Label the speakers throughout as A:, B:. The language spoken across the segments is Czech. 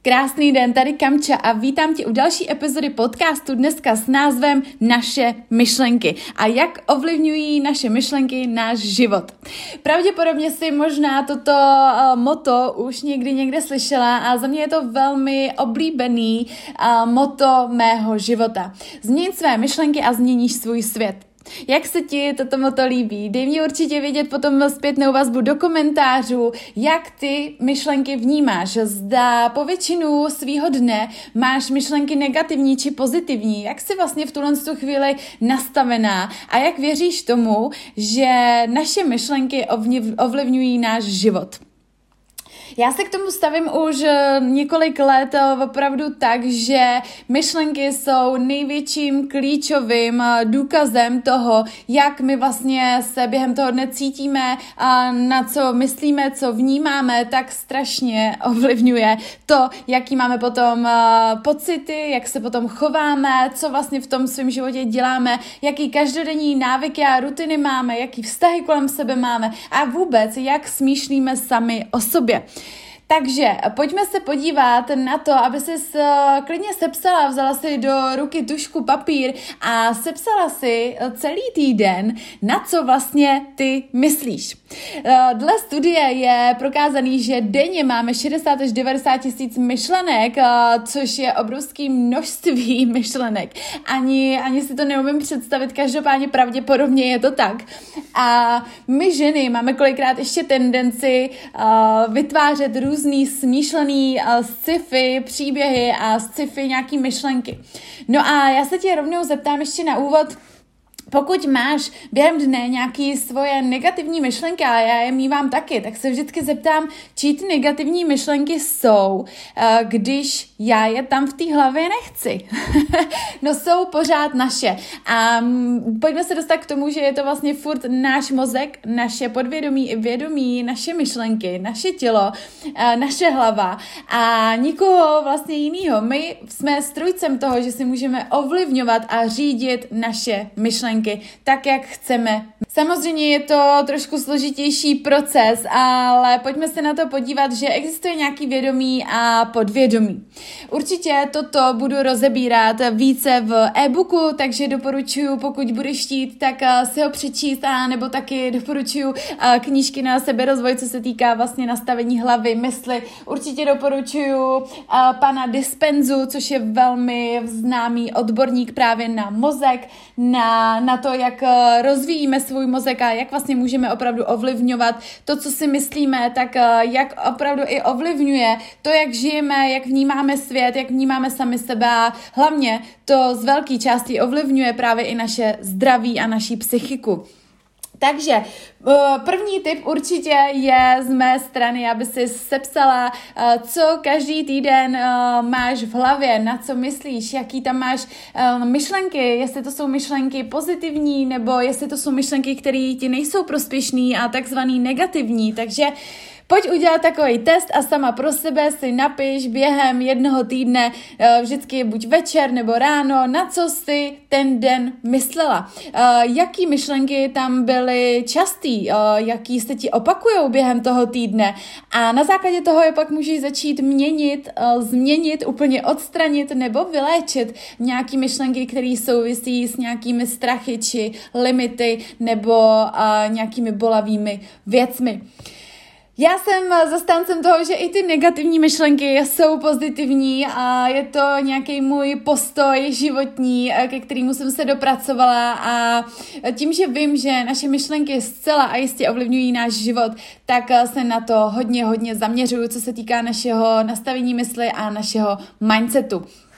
A: Krásný den, tady Kamča a vítám tě u další epizody podcastu dneska s názvem Naše myšlenky a jak ovlivňují naše myšlenky náš život. Pravděpodobně si možná toto motto už někde slyšela a za mě je to velmi oblíbený motto mého života. Změň své myšlenky a změníš svůj svět. Jak se ti toto motto líbí? Dej mi určitě vědět potom zpětnou vazbu do komentářů, jak ty myšlenky vnímáš. Zda po většinu svýho dne máš myšlenky negativní či pozitivní. Jak jsi vlastně v tuhle chvíli nastavená a jak věříš tomu, že naše myšlenky ovlivňují náš život? Já se k tomu stavím už několik let opravdu tak, že myšlenky jsou největším klíčovým důkazem toho, jak my vlastně se během toho dne cítíme a na co myslíme, co vnímáme, tak strašně ovlivňuje to, jaký máme potom pocity, jak se potom chováme, co vlastně v tom svém životě děláme, jaký každodenní návyky a rutiny máme, jaký vztahy kolem sebe máme a vůbec, jak smýšlíme sami o sobě. Takže pojďme se podívat na to, aby si klidně sepsala, vzala si do ruky tužku, papír a sepsala si celý týden, na co vlastně ty myslíš. Dle studie je prokázaný, že denně máme 60 až 90 tisíc myšlenek, což je obrovské množství myšlenek. Ani si to neumím představit, každopádně pravděpodobně je to tak. A my ženy máme kolikrát ještě tendenci vytvářet různý smýšlený sci-fi příběhy a sci-fi nějaký myšlenky. No a já se tě rovnou zeptám ještě na úvod, pokud máš během dne nějaké svoje negativní myšlenky, a já je mívám taky, tak se vždycky zeptám, čí ty negativní myšlenky jsou, když já je tam v té hlavě nechci. No jsou pořád naše. A pojďme se dostat k tomu, že je to vlastně furt náš mozek, naše podvědomí i vědomí, naše myšlenky, naše tělo, naše hlava a nikoho vlastně jinýho. My jsme strůjcem toho, že si můžeme ovlivňovat a řídit naše myšlenky tak, jak chceme. Samozřejmě je to trošku složitější proces, ale pojďme se na to podívat, že existuje nějaký vědomí a podvědomí. Určitě toto budu rozebírat více v e-booku, takže doporučuji, pokud budeš chtít, tak si ho přečíst, a nebo taky doporučuji knížky na seberozvoj, co se týká vlastně nastavení hlavy, mysli. Určitě doporučuji pana Dispenzu, což je velmi známý odborník právě na mozek, na to, jak rozvíjíme svůj mozek a jak vlastně můžeme opravdu ovlivňovat to, co si myslíme, tak jak opravdu i ovlivňuje to, jak žijeme, jak vnímáme svět, jak vnímáme sami sebe a hlavně to z velké části ovlivňuje právě i naše zdraví a naší psychiku. Takže první tip určitě je z mé strany, aby si sepsala, co každý týden máš v hlavě, na co myslíš, jaký tam máš myšlenky, jestli to jsou myšlenky pozitivní, nebo jestli to jsou myšlenky, které ti nejsou prospěšný a takzvaný negativní. Takže pojď udělat takový test a sama pro sebe si napiš během jednoho týdne, vždycky buď večer nebo ráno, na co jsi ten den myslela. Jaký myšlenky tam byly častý, jaký se ti opakujou během toho týdne a na základě toho je pak můžeš začít měnit, změnit, úplně odstranit nebo vyléčit nějaký myšlenky, které souvisí s nějakými strachy či limity nebo nějakými bolavými věcmi. Já jsem zastáncem toho, že i ty negativní myšlenky jsou pozitivní a je to nějaký můj postoj životní, ke kterému jsem se dopracovala a tím, že vím, že naše myšlenky zcela a jistě ovlivňují náš život, tak se na to hodně zaměřuju, co se týká našeho nastavení mysli a našeho mindsetu.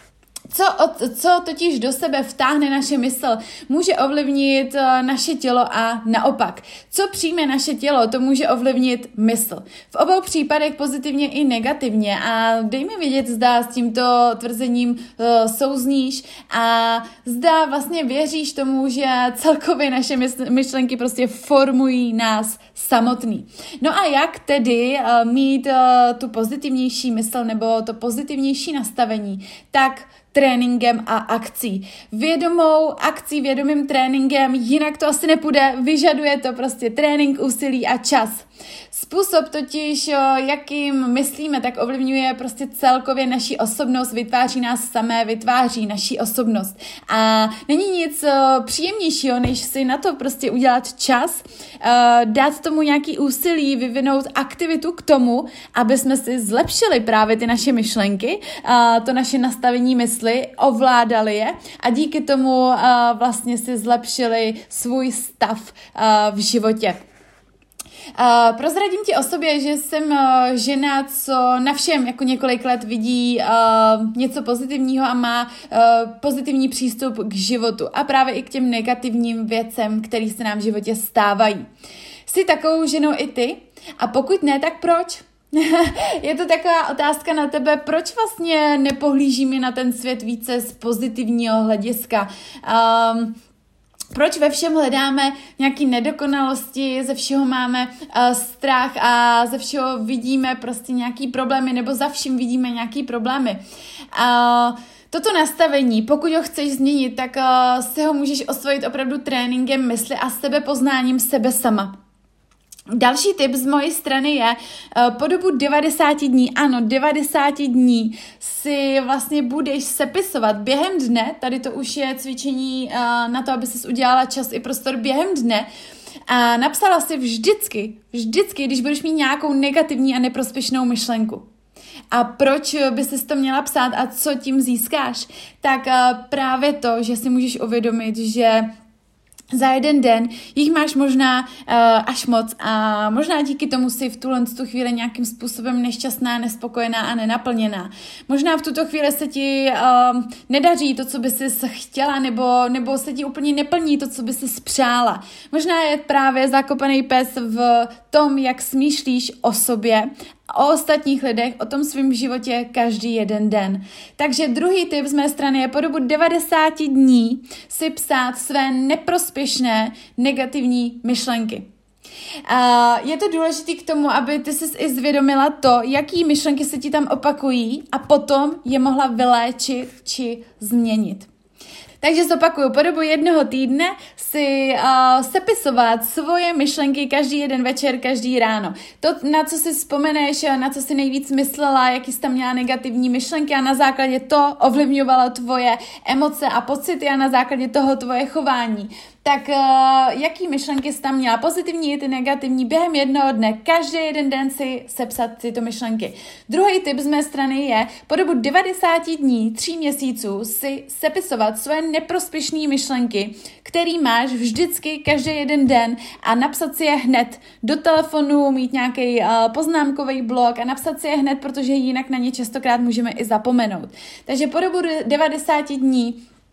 A: Co totiž do sebe vtáhne naše mysl, může ovlivnit naše tělo a naopak. Co přijme naše tělo, to může ovlivnit mysl. V obou případech pozitivně i negativně a dej mi vědět, zda s tímto tvrzením souzníš a zda vlastně věříš tomu, že celkově naše myšlenky prostě formují nás samotný. No a jak tedy mít tu pozitivnější mysl nebo to pozitivnější nastavení? Tak tréninkem a akcí. Vědomou akcí, vědomým tréninkem, jinak to asi nepůjde, vyžaduje to prostě trénink, úsilí a čas. Způsob totiž, jakým myslíme, tak ovlivňuje prostě celkově naši osobnost, vytváří nás samé, vytváří naši osobnost. A není nic příjemnějšího, než si na to prostě udělat čas, dát tomu nějaký úsilí, vyvinout aktivitu k tomu, aby jsme si zlepšili právě ty naše myšlenky, to naše nastavení mysli, ovládali je a díky tomu vlastně si zlepšili svůj stav v životě. Prozradím ti o sobě, že jsem žena, co na všem jako několik let vidí něco pozitivního a má pozitivní přístup k životu a právě i k těm negativním věcem, které se nám v životě stávají. Jsi takovou ženou i ty? A pokud ne, tak proč? Je to taková otázka na tebe, proč vlastně nepohlížíme na ten svět více z pozitivního hlediska? Proč ve všem hledáme nějaké nedokonalosti, ze všeho máme strach a ze všeho vidíme prostě nějaký problémy nebo za vším vidíme nějaký problémy. Toto nastavení, pokud ho chceš změnit, tak si ho můžeš osvojit opravdu tréninkem mysli a sebepoznáním sebe sama. Další tip z mojej strany je, po dobu 90 dní, ano, 90 dní si vlastně budeš sepisovat během dne, tady to už je cvičení na to, aby jsi udělala čas i prostor během dne, a napsala si vždycky, když budeš mít nějakou negativní a neprospěšnou myšlenku. A proč by si to měla psát a co tím získáš? Tak právě to, že si můžeš uvědomit, že za jeden den jich máš možná až moc a možná díky tomu si v tu chvíli nějakým způsobem nešťastná, nespokojená a nenaplněná. Možná v tuto chvíli se ti nedaří to, co by si chtěla, nebo se ti úplně neplní to, co by si přála. Možná je právě zakopaný pes v tom, jak smýšlíš o sobě, o ostatních lidech, o tom svém životě každý jeden den. Takže druhý tip z mé strany je po dobu 90 dní si psát své neprospěšné negativní myšlenky. Je to důležité k tomu, aby ty jsi i zvědomila to, jaký myšlenky se ti tam opakují a potom je mohla vyléčit či změnit. Takže zopakuju, po dobu 1 týdne si sepisovat svoje myšlenky každý jeden večer, každý ráno. To, na co si vzpomeneš, na co si nejvíc myslela, jaký jsi tam měla negativní myšlenky a na základě toho ovlivňovalo tvoje emoce a pocity a na základě toho tvoje chování. Tak jaký myšlenky jsi tam měla, pozitivní i ty negativní, během jednoho dne, každý jeden den si sepsat tyto myšlenky. Druhý tip z mé strany je po dobu 90 dní, 3 měsíců si sepisovat své neprospěšné myšlenky, který máš vždycky každý jeden den a napsat si je hned do telefonu, mít nějaký poznámkový blok a napsat si je hned, protože jinak na ně častokrát můžeme i zapomenout. Takže po dobu 90 dní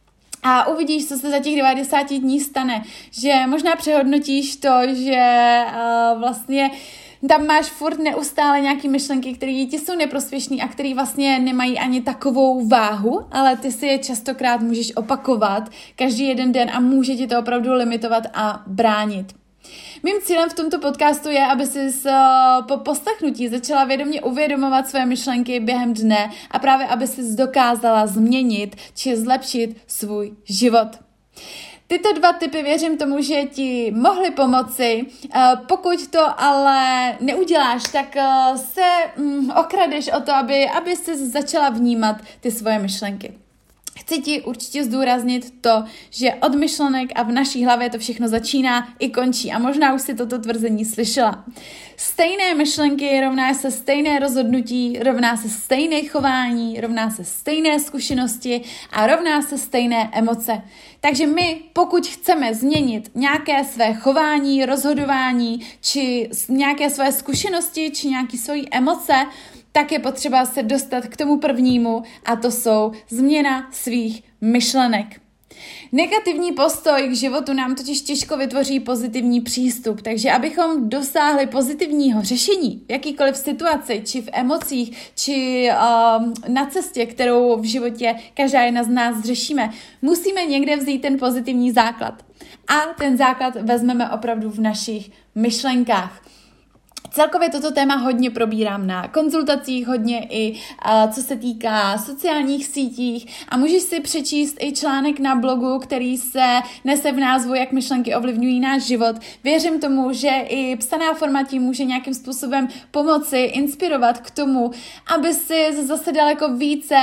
A: a uvidíš, co se za těch 90 dní stane, že možná přehodnotíš to, že vlastně tam máš furt neustále nějaký myšlenky, které ti jsou neprospěšný a které vlastně nemají ani takovou váhu, ale ty si je častokrát můžeš opakovat každý jeden den a může ti to opravdu limitovat a bránit. Mým cílem v tomto podcastu je, aby si po poslechnutí začala vědomě uvědomovat své myšlenky během dne a právě, aby si dokázala změnit či zlepšit svůj život. Tyto 2 tipy věřím tomu, že ti mohly pomoci. Pokud to ale neuděláš, tak se okradeš o to, aby si začala vnímat ty svoje myšlenky. Chci ti určitě zdůraznit to, že od myšlenek a v naší hlavě to všechno začíná i končí. A možná už si toto tvrzení slyšela. Stejné myšlenky rovná se stejné rozhodnutí, rovná se stejné chování, rovná se stejné zkušenosti a rovná se stejné emoce. Takže my, pokud chceme změnit nějaké své chování, rozhodování, či nějaké své zkušenosti, či nějaké své emoce, tak je potřeba se dostat k tomu prvnímu a to jsou změna svých myšlenek. Negativní postoj k životu nám totiž těžko vytvoří pozitivní přístup, takže abychom dosáhli pozitivního řešení v jakýkoliv situaci, či v emocích, či na cestě, kterou v životě každá jedna z nás řešíme, musíme někde vzít ten pozitivní základ. A ten základ vezmeme opravdu v našich myšlenkách. Celkově toto téma hodně probírám na konzultacích, hodně i co se týká sociálních sítích a můžeš si přečíst i článek na blogu, který se nese v názvu Jak myšlenky ovlivňují náš život. Věřím tomu, že i psaná forma tím může nějakým způsobem pomoci, inspirovat k tomu, aby si zase daleko více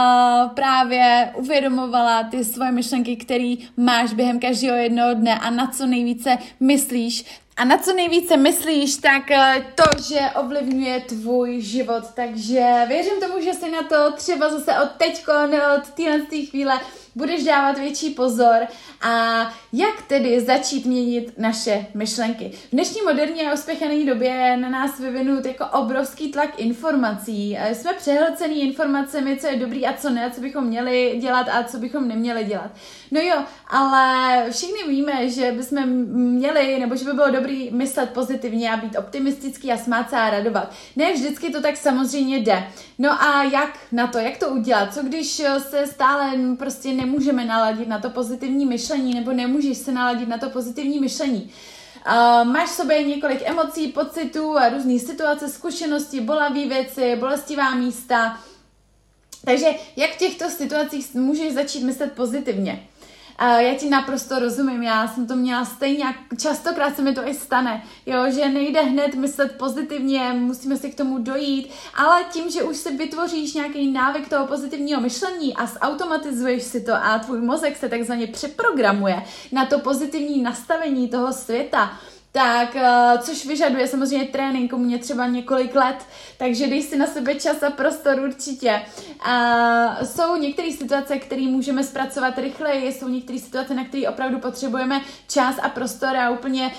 A: právě uvědomovala ty svoje myšlenky, které máš během každého jednoho dne a na co nejvíce myslíš. A na co nejvíce myslíš, tak to, že ovlivňuje tvůj život. Takže věřím tomu, že si na to třeba zase od teďko, od téhle chvíle budeš dávat větší pozor. A jak tedy začít měnit naše myšlenky? V dnešní moderní a uspěchané době je na nás vyvinut jako obrovský tlak informací. Jsme přehlcený informacemi, co je dobrý a co ne, co bychom měli dělat a co bychom neměli dělat. No jo, ale všichni víme, že bychom měli, nebo že by bylo dobrý myslet pozitivně a být optimistický a smát se a radovat. Ne vždycky to tak samozřejmě jde. No a jak na to, jak to udělat? Co když se stále prostě nemůžeme naladit na to pozitivní myšlení, nebo nemůžeš se naladit na to pozitivní myšlení? Máš v sobě několik emocí, pocitů a různý situace, zkušenosti, bolavé věci, bolestivá místa. Takže jak v těchto situacích můžeš začít myslet pozitivně? Já ti naprosto rozumím, já jsem to měla stejně a častokrát se mi to i stane, jo, že nejde hned myslet pozitivně, musíme si k tomu dojít, ale tím, že už si vytvoříš nějaký návyk toho pozitivního myšlení a zautomatizuješ si to a tvůj mozek se takzvaně přeprogramuje na to pozitivní nastavení toho světa, tak, což vyžaduje samozřejmě trénink, u mě třeba několik let, takže dej si na sebe čas a prostor určitě. Jsou některé situace, které můžeme zpracovat rychleji, jsou některé situace, na které opravdu potřebujeme čas a prostor a úplně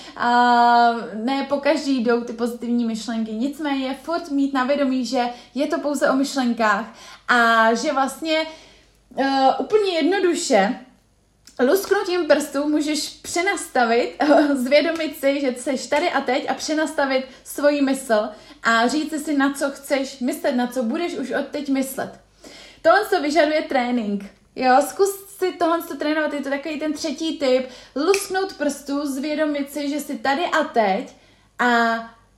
A: ne po každý jdou ty pozitivní myšlenky. Nicméně furt mít na vědomí, že je to pouze o myšlenkách a že vlastně úplně jednoduše lusknutím prstů můžeš přenastavit, zvědomit si, že jsi tady a teď a přenastavit svoji mysl a říct si, na co chceš myslet, na co budeš už od teď myslet. Tohle to vyžaduje trénink. Jo, zkus si tohle trénovat, je to takový ten třetí tip, lusknout prstů, zvědomit si, že jsi tady a teď a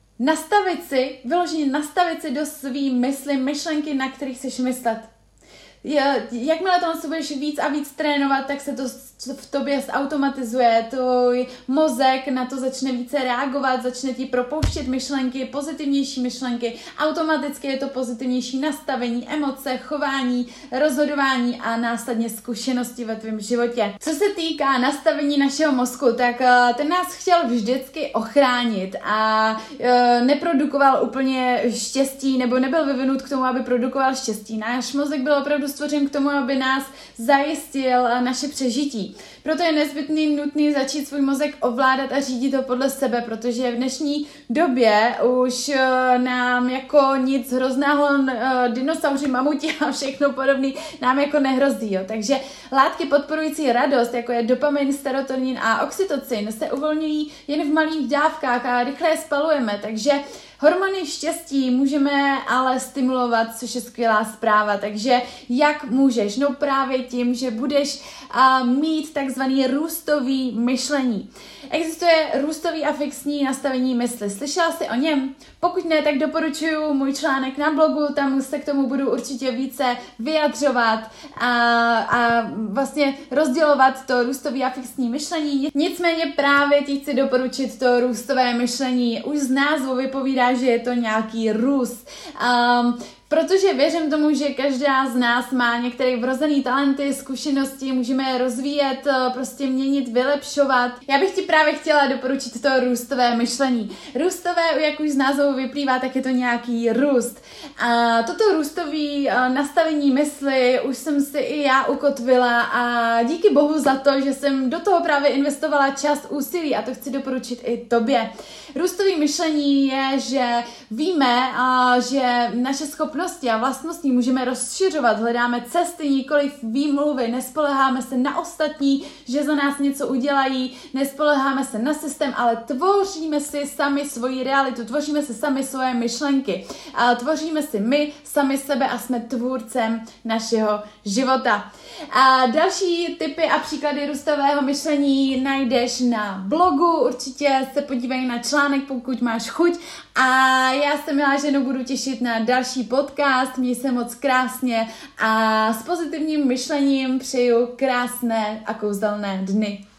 A: vyloženě nastavit si do svý mysli myšlenky, na kterých chceš myslet. Jakmile to budeš víc a víc trénovat, tak se to v tobě zautomatizuje, tvůj mozek na to začne více reagovat, začne ti propouštět myšlenky, pozitivnější myšlenky, automaticky je to pozitivnější nastavení, emoce, chování, rozhodování a následně zkušenosti ve tvém životě. Co se týká nastavení našeho mozku, tak ten nás chtěl vždycky ochránit a neprodukoval úplně štěstí, nebo nebyl vyvinut k tomu, aby produkoval štěstí. Náš mozek byl opravdu stvořen k tomu, aby nás zajistil naše přežití. Proto je nezbytný nutný začít svůj mozek ovládat a řídit ho podle sebe, protože v dnešní době už nám jako nic hrozného, dinosauři, mamuti a všechno podobný nám jako nehrozí. Jo. Takže látky podporující radost, jako je dopamin, serotonin a oxytocin, se uvolňují jen v malých dávkách a rychle je spalujeme, takže hormony štěstí můžeme ale stimulovat, což je skvělá zpráva. Takže jak můžeš? No právě tím, že budeš mít takzvaný růstový myšlení. Existuje růstový a fixní nastavení mysli. Slyšela jsi o něm? Pokud ne, tak doporučuji můj článek na blogu, tam se k tomu budu určitě více vyjadřovat a vlastně rozdělovat to růstové a fixní myšlení. Nicméně právě ti chci doporučit to růstové myšlení. Už z názvu vypovídá, že je to nějaký růst. Protože věřím tomu, že každá z nás má některé vrozené talenty, zkušenosti, můžeme je rozvíjet, prostě měnit, vylepšovat. Já bych ti právě chtěla doporučit to růstové myšlení. Růstové, jak už z názvu vyplývá, tak je to nějaký růst. A toto růstové nastavení mysli už jsem si i já ukotvila a díky bohu za to, že jsem do toho právě investovala čas, úsilí a to chci doporučit i tobě. Růstové myšlení je, že víme, že naše schopnosti schopnosti a vlastnosti můžeme rozšiřovat, hledáme cesty, nikoliv výmluvy, nespoléháme se na ostatní, že za nás něco udělají, nespoléháme se na systém, ale tvoříme si sami svoji realitu, tvoříme si sami svoje myšlenky, a tvoříme si my sami sebe a jsme tvůrcem našeho života. A další tipy a příklady růstového myšlení najdeš na blogu, určitě se podívej na článek, pokud máš chuť. A já se, milá ženo, budu těšit na další podcast, měj se moc krásně a s pozitivním myšlením přeju krásné a kouzelné dny.